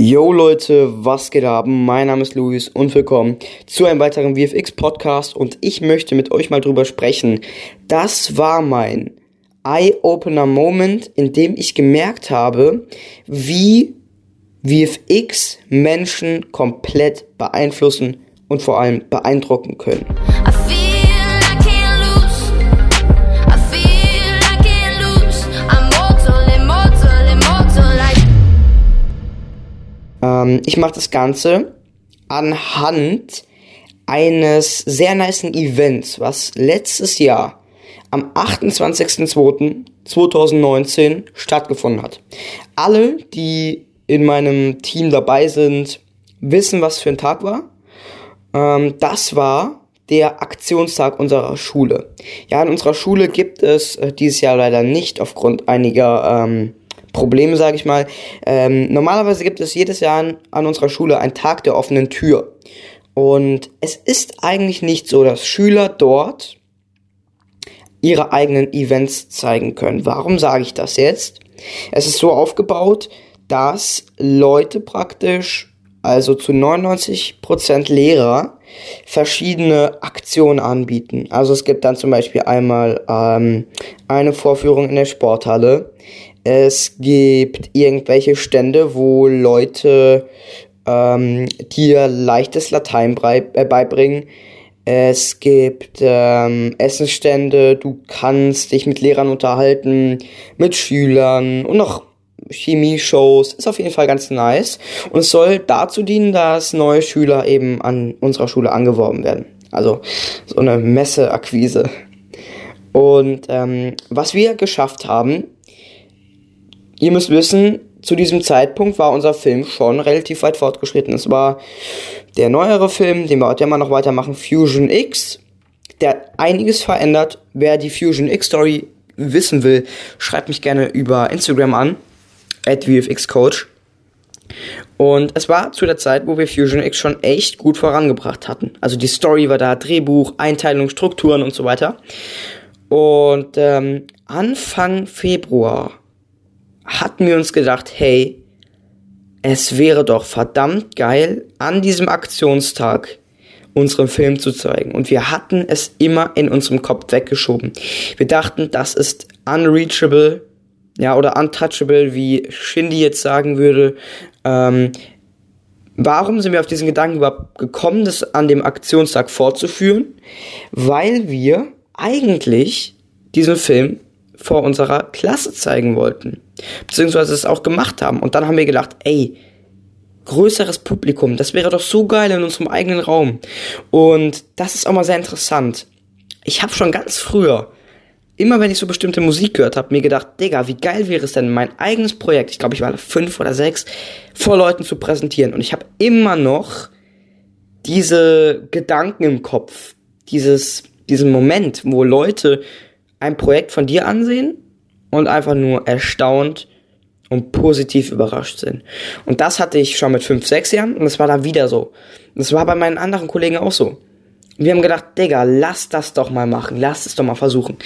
Yo Leute, was geht ab? Mein Name ist Luis und willkommen zu einem weiteren VFX-Podcast und ich möchte mit euch mal drüber sprechen. Das war mein Eye-Opener-Moment, in dem ich gemerkt habe, wie VFX Menschen komplett beeinflussen und vor allem beeindrucken können. Ich mache das Ganze anhand eines sehr nicen Events, was letztes Jahr am 28.02.2019 stattgefunden hat. Alle, die in meinem Team dabei sind, wissen, was für ein Tag war. Das war der Aktionstag unserer Schule. Ja, in unserer Schule gibt es dieses Jahr leider nicht aufgrund einiger Probleme, sage ich mal. Normalerweise gibt es jedes Jahr an unserer Schule einen Tag der offenen Tür. Und es ist eigentlich nicht so, dass Schüler dort ihre eigenen Events zeigen können. Warum sage ich das jetzt? Es ist so aufgebaut, dass Leute praktisch, also zu 99% Lehrer, verschiedene Aktionen anbieten. Also es gibt dann zum Beispiel einmal eine Vorführung in der Sporthalle. Es gibt irgendwelche Stände, wo Leute dir leichtes Latein beibringen. Es gibt Essensstände, du kannst dich mit Lehrern unterhalten, mit Schülern und noch Chemie-Shows. Ist auf jeden Fall ganz nice. Und es soll dazu dienen, dass neue Schüler eben an unserer Schule angeworben werden. Also so eine Messeakquise. Und was wir geschafft haben, ihr müsst wissen, zu diesem Zeitpunkt war unser Film schon relativ weit fortgeschritten. Es war der neuere Film, den wir heute immer noch weitermachen, Fusion X. Der hat einiges verändert. Wer die Fusion X Story wissen will, schreibt mich gerne über Instagram an, @VFXCoach. Und es war zu der Zeit, wo wir Fusion X schon echt gut vorangebracht hatten. Also die Story war da, Drehbuch, Einteilung, Strukturen und so weiter. Und Anfang Februar hatten wir uns gedacht, hey, es wäre doch verdammt geil, an diesem Aktionstag unseren Film zu zeigen. Und wir hatten es immer in unserem Kopf weggeschoben. Wir dachten, das ist unreachable, ja, oder untouchable, wie Shindy jetzt sagen würde. Warum sind wir auf diesen Gedanken überhaupt gekommen, das an dem Aktionstag fortzuführen? Weil wir eigentlich diesen Film vor unserer Klasse zeigen wollten, beziehungsweise es auch gemacht haben. Und dann haben wir gedacht, ey, größeres Publikum, das wäre doch so geil in unserem eigenen Raum. Und das ist auch mal sehr interessant. Ich habe schon ganz früher, immer wenn ich so bestimmte Musik gehört habe, mir gedacht, Digga, wie geil wäre es denn, mein eigenes Projekt, ich glaube, ich war 5 oder 6, vor Leuten zu präsentieren. Und ich habe immer noch diese Gedanken im Kopf, diesen Moment, wo Leute ein Projekt von dir ansehen und einfach nur erstaunt und positiv überrascht sind. Und das hatte ich schon mit 5, 6 Jahren und das war dann wieder so. Das war bei meinen anderen Kollegen auch so. Wir haben gedacht, Digga, lass das doch mal machen, lass es doch mal versuchen.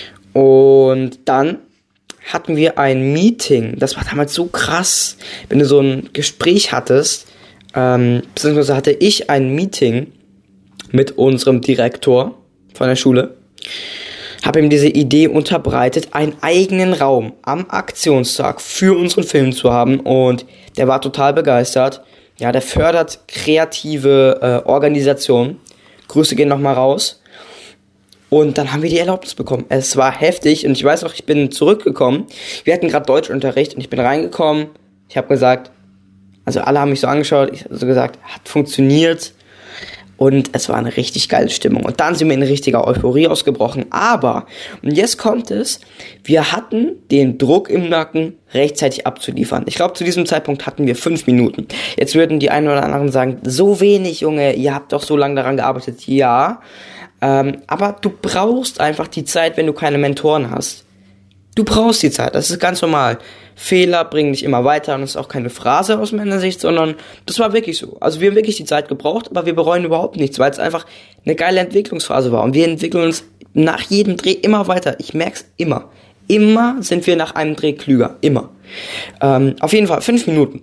Und dann hatten wir ein Meeting, das war damals so krass, wenn du so ein Gespräch hattest, beziehungsweise hatte ich ein Meeting mit unserem Direktor von der Schule, habe ihm diese Idee unterbreitet, einen eigenen Raum am Aktionstag für unseren Film zu haben und der war total begeistert. Ja, der fördert kreative Organisationen. Grüße gehen nochmal raus. Und dann haben wir die Erlaubnis bekommen. Es war heftig und ich weiß noch, ich bin zurückgekommen. Wir hatten gerade Deutschunterricht und ich bin reingekommen. Ich habe gesagt, also alle haben mich so angeschaut, ich habe so gesagt, hat funktioniert. Und es war eine richtig geile Stimmung. Und dann sind wir in richtiger Euphorie ausgebrochen. Aber, und jetzt kommt es, wir hatten den Druck im Nacken, rechtzeitig abzuliefern. Ich glaube, zu diesem Zeitpunkt hatten wir 5 Minuten. Jetzt würden die einen oder anderen sagen, so wenig, Junge, ihr habt doch so lange daran gearbeitet. Ja, aber du brauchst einfach die Zeit, wenn du keine Mentoren hast. Du brauchst die Zeit, das ist ganz normal. Fehler bringen dich immer weiter und das ist auch keine Phrase aus meiner Sicht, sondern das war wirklich so. Also wir haben wirklich die Zeit gebraucht, aber wir bereuen überhaupt nichts, weil es einfach eine geile Entwicklungsphase war. Und wir entwickeln uns nach jedem Dreh immer weiter. Ich merk's immer. Immer sind wir nach einem Dreh klüger. Immer. Auf jeden Fall 5 Minuten.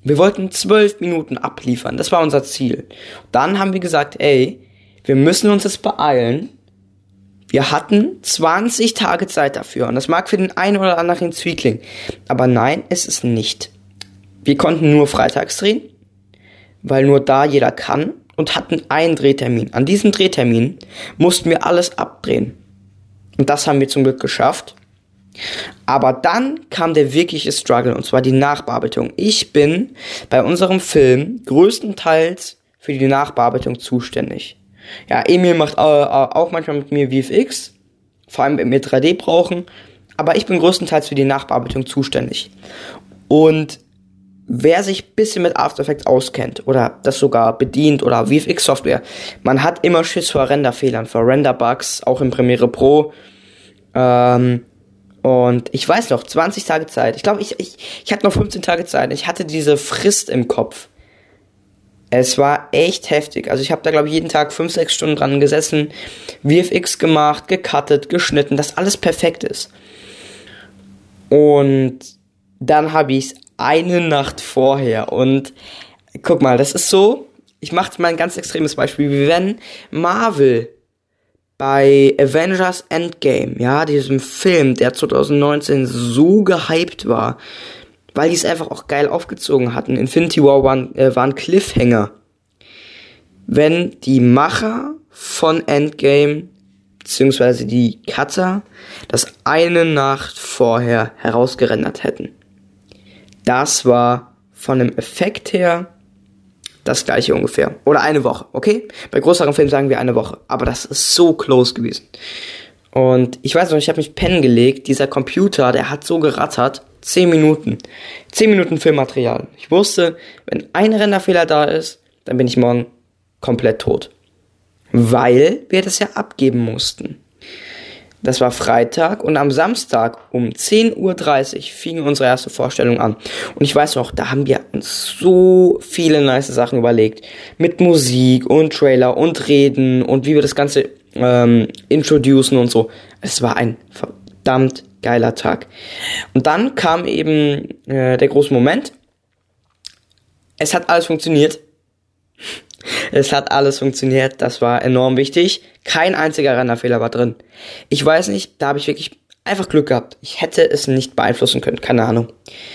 Wir wollten 12 Minuten abliefern. Das war unser Ziel. Dann haben wir gesagt, wir müssen uns jetzt beeilen. Wir hatten 20 Tage Zeit dafür. Und das mag für den einen oder anderen Zwiegling. Aber nein, es ist nicht. Wir konnten nur freitags drehen, weil nur da jeder kann. Und hatten einen Drehtermin. An diesem Drehtermin mussten wir alles abdrehen. Und das haben wir zum Glück geschafft. Aber dann kam der wirkliche Struggle, und zwar die Nachbearbeitung. Ich bin bei unserem Film größtenteils für die Nachbearbeitung zuständig. Ja, Emil macht auch manchmal mit mir VFX, vor allem wenn wir 3D brauchen, aber ich bin größtenteils für die Nachbearbeitung zuständig. Und wer sich ein bisschen mit After Effects auskennt oder das sogar bedient oder VFX-Software, man hat immer Schiss vor Renderfehlern, vor Render-Bugs, auch in Premiere Pro. Und ich weiß noch, 20 Tage Zeit. Ich glaube, ich hatte noch 15 Tage Zeit. Ich hatte diese Frist im Kopf. Es war echt heftig. Also ich habe da, glaube ich, jeden Tag 5-6 Stunden dran gesessen, VFX gemacht, gecuttet, geschnitten, dass alles perfekt ist. Und dann habe ich es eine Nacht vorher. Und guck mal, das ist so, ich mache mal ein ganz extremes Beispiel, wie wenn Marvel bei Avengers Endgame, ja, diesem Film, der 2019 so gehypt war, weil die es einfach auch geil aufgezogen hatten. Infinity War war ein Cliffhanger. Wenn die Macher von Endgame, beziehungsweise die Cutter, das eine Nacht vorher herausgerendert hätten. Das war von dem Effekt her das gleiche ungefähr. Oder eine Woche, okay? Bei größeren Filmen sagen wir eine Woche. Aber das ist so close gewesen. Und ich weiß noch, ich habe mich pennen gelegt. Dieser Computer, der hat so gerattert. 10 Minuten. 10 Minuten Filmmaterial. Ich wusste, wenn ein Renderfehler da ist, dann bin ich morgen komplett tot. Weil wir das ja abgeben mussten. Das war Freitag und am Samstag um 10:30 Uhr fing unsere erste Vorstellung an. Und ich weiß noch, da haben wir uns so viele nice Sachen überlegt. Mit Musik und Trailer und Reden und wie wir das Ganze introducen und so. Es war ein verdammt geiler Tag. Und dann kam eben der große Moment. Es hat alles funktioniert. Es hat alles funktioniert, das war enorm wichtig. Kein einziger Renderfehler war drin. Ich weiß nicht, da habe ich wirklich einfach Glück gehabt. Ich hätte es nicht beeinflussen können, keine Ahnung.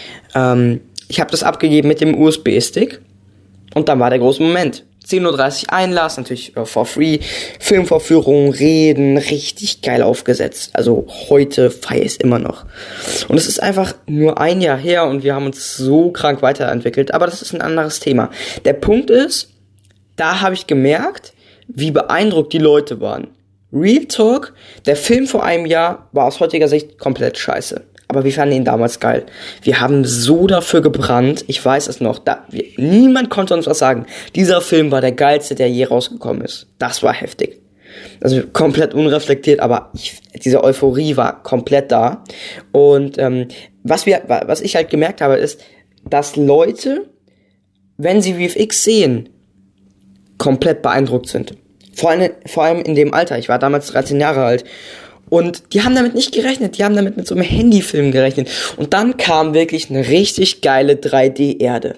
Ich habe das abgegeben mit dem USB-Stick und dann war der große Moment. 10:30 Uhr Einlass, natürlich for free, Filmvorführung, Reden, richtig geil aufgesetzt. Also heute feiere ich es immer noch. Und es ist einfach nur ein Jahr her und wir haben uns so krank weiterentwickelt, aber das ist ein anderes Thema. Der Punkt ist, da habe ich gemerkt, wie beeindruckt die Leute waren. Real Talk, der Film vor einem Jahr war aus heutiger Sicht komplett scheiße. Aber wir fanden ihn damals geil. Wir haben so dafür gebrannt, ich weiß es noch, niemand konnte uns was sagen. Dieser Film war der geilste, der je rausgekommen ist. Das war heftig. Also komplett unreflektiert, aber diese Euphorie war komplett da. Und was ich halt gemerkt habe, ist, dass Leute, wenn sie VFX sehen, komplett beeindruckt sind. Vor allem in dem Alter. Ich war damals 13 Jahre alt. Und die haben damit nicht gerechnet. Die haben damit mit so einem Handyfilm gerechnet. Und dann kam wirklich eine richtig geile 3D-Erde.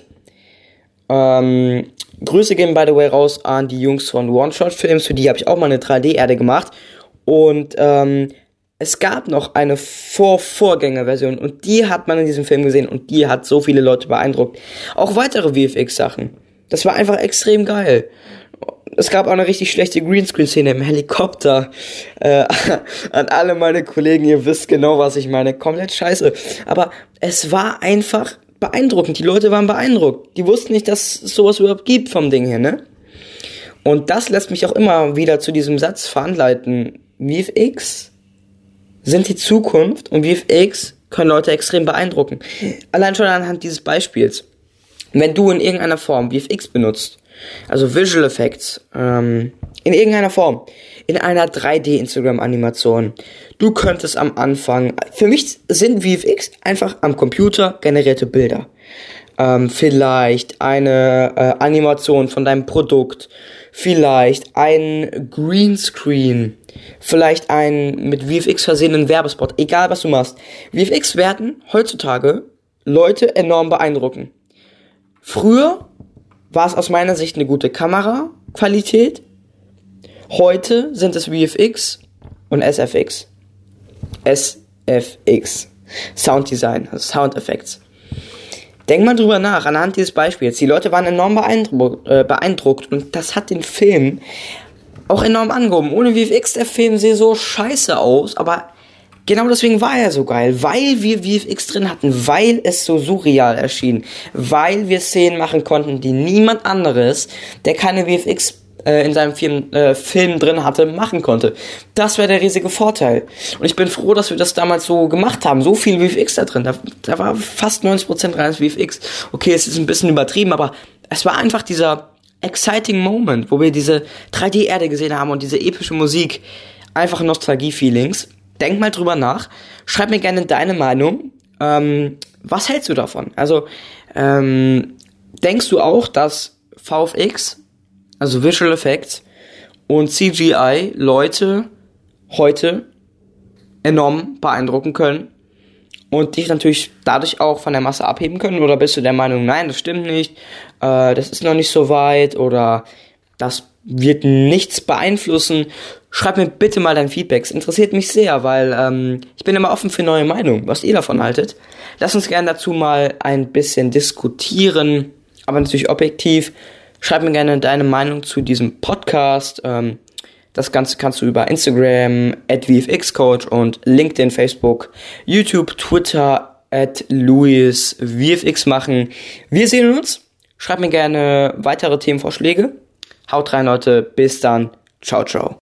Grüße gehen, by the way, raus an die Jungs von One-Shot-Films. Für die habe ich auch mal eine 3D-Erde gemacht. Und es gab noch eine Vorgängerversion. Und die hat man in diesem Film gesehen. Und die hat so viele Leute beeindruckt. Auch weitere VFX-Sachen. Das war einfach extrem geil. Es gab auch eine richtig schlechte Greenscreen-Szene im Helikopter. An alle meine Kollegen, ihr wisst genau, was ich meine. Komplett scheiße. Aber es war einfach beeindruckend. Die Leute waren beeindruckt. Die wussten nicht, dass es sowas überhaupt gibt vom Ding her, ne? Und das lässt mich auch immer wieder zu diesem Satz veranleiten. VFX sind die Zukunft und VFX können Leute extrem beeindrucken. Allein schon anhand dieses Beispiels. Wenn du in irgendeiner Form VFX benutzt, also Visual Effects, in irgendeiner Form, in einer 3D-Instagram-Animation, du könntest am Anfang, für mich sind VFX einfach am Computer generierte Bilder. Vielleicht eine Animation von deinem Produkt, vielleicht ein Greenscreen, vielleicht einen mit VFX versehenen Werbespot, egal was du machst. VFX werden heutzutage Leute enorm beeindrucken. früher war es aus meiner Sicht eine gute Kameraqualität. Heute sind es VFX und SFX. SFX. Sounddesign, also Sound Effects. Denk mal drüber nach, anhand dieses Beispiels. Die Leute waren enorm beeindruckt und das hat den Film auch enorm angehoben. Ohne VFX, der Film sieht so scheiße aus, aber genau deswegen war er so geil, weil wir VFX drin hatten, weil es so surreal erschien, weil wir Szenen machen konnten, die niemand anderes, der keine VFX in seinem Film drin hatte, machen konnte. Das wäre der riesige Vorteil. Und ich bin froh, dass wir das damals so gemacht haben. So viel VFX da drin. Da war fast 90% reines VFX. Okay, es ist ein bisschen übertrieben, aber es war einfach dieser exciting Moment, wo wir diese 3D-Erde gesehen haben und diese epische Musik. Einfach Nostalgie-Feelings. Denk mal drüber nach. Schreib mir gerne deine Meinung. Was hältst du davon? Also, denkst du auch, dass VFX, also Visual Effects und CGI Leute heute enorm beeindrucken können und dich natürlich dadurch auch von der Masse abheben können? Oder bist du der Meinung, nein, das stimmt nicht, das ist noch nicht so weit oder das wird nichts beeinflussen? Schreib mir bitte mal dein Feedback, es interessiert mich sehr, weil ich bin immer offen für neue Meinungen, was ihr davon haltet. Lass uns gerne dazu mal ein bisschen diskutieren, aber natürlich objektiv. Schreib mir gerne deine Meinung zu diesem Podcast. Das Ganze kannst du über Instagram @VFXcoach und LinkedIn, Facebook, YouTube, Twitter @LuisVFX machen. Wir sehen uns. Schreib mir gerne weitere Themenvorschläge. Haut rein, Leute. Bis dann. Ciao, ciao.